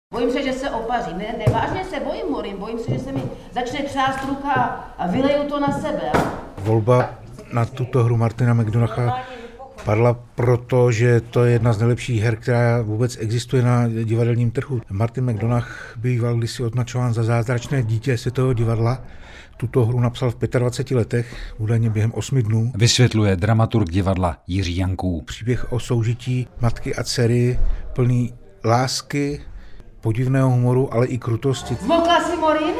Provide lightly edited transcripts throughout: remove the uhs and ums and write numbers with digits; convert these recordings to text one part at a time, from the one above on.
Bojím se, že se opařím. Ne, vážně se bojím, Morin. Bojím se, že se mi začne třást ruka a vyleju to na sebe. Volba na tuto hru Martina McDonacha padla proto, že to je jedna z nejlepších her, která vůbec existuje na divadelním trhu. Martin McDonagh býval kdysi označován za zázračné dítě světového divadla. Tuto hru napsal v 25 letech, údajně během 8 dnů. Vysvětluje dramaturg divadla Jiří Janků. Příběh o soužití matky a dcery, plný lásky, podivného humoru, ale i krutosti. Zmokla si, Morin?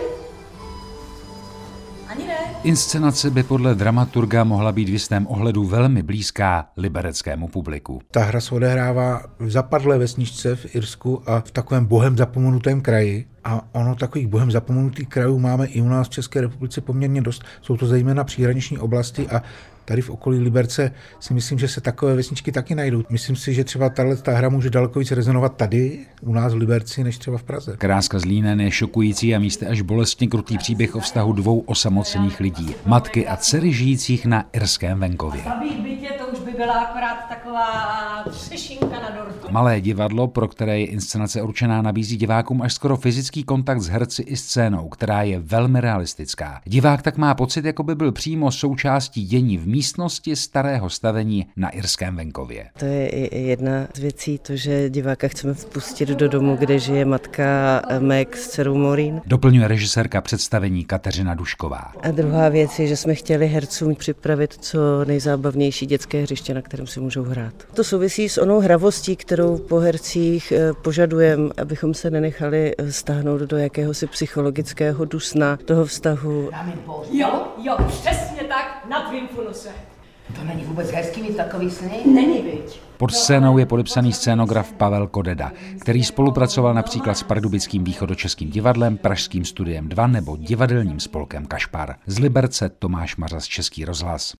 Ani ne. Inscenace by podle dramaturga mohla být v jistém ohledu velmi blízká libereckému publiku. Ta hra se odehrává v zapadlé vesničce v Irsku a v takovém bohem zapomenutém kraji. A ono takových bohem zapomenutých krajů máme i u nás v České republice poměrně dost. Jsou to zejména příhraniční oblasti a tady v okolí Liberce si myslím, že se takové vesničky taky najdou. Myslím si, že třeba ta hra může daleko víc rezonovat tady, u nás v Liberci, než třeba v Praze. Kráska z Línen je šokující a místy až bolestně krutý příběh o vztahu dvou osamocených lidí. Matky a dcery žijících na irském venkově. Zabít bytě, to už by byla akorát taková třešinka na dortu. Malé divadlo, pro které je inscenace určená, nabízí divákům až skoro fyzický kontakt s herci i scénou, která je velmi realistická. Divák tak má pocit, jako by byl přímo součástí dění v místnosti starého stavení na irském venkově. To je jedna z věcí, to, že diváka chceme vpustit do domu, kde žije matka Meg s dcerou Morin. Doplňuje režisérka představení Kateřina Dušková. A druhá věc je, že jsme chtěli hercům připravit co nejzábavnější dětské hřiště, na kterém si můžou hrát. To souvisí s onou hravostí, kterou po hercích požadujeme, abychom se nenechali stáhnout do jakéhosi psychologického dusna toho vztahu. Jo, přesně tak, na tvým funuse. To není vůbec hezký mít takový sny? Není, viď? Pod scénou je podepsaný scénograf Pavel Kodeda, který spolupracoval například s Pardubickým východočeským divadlem, Pražským studiem 2 nebo divadelním spolkem Kašpar. Z Liberce Tomáš Mařas, Český rozhlas.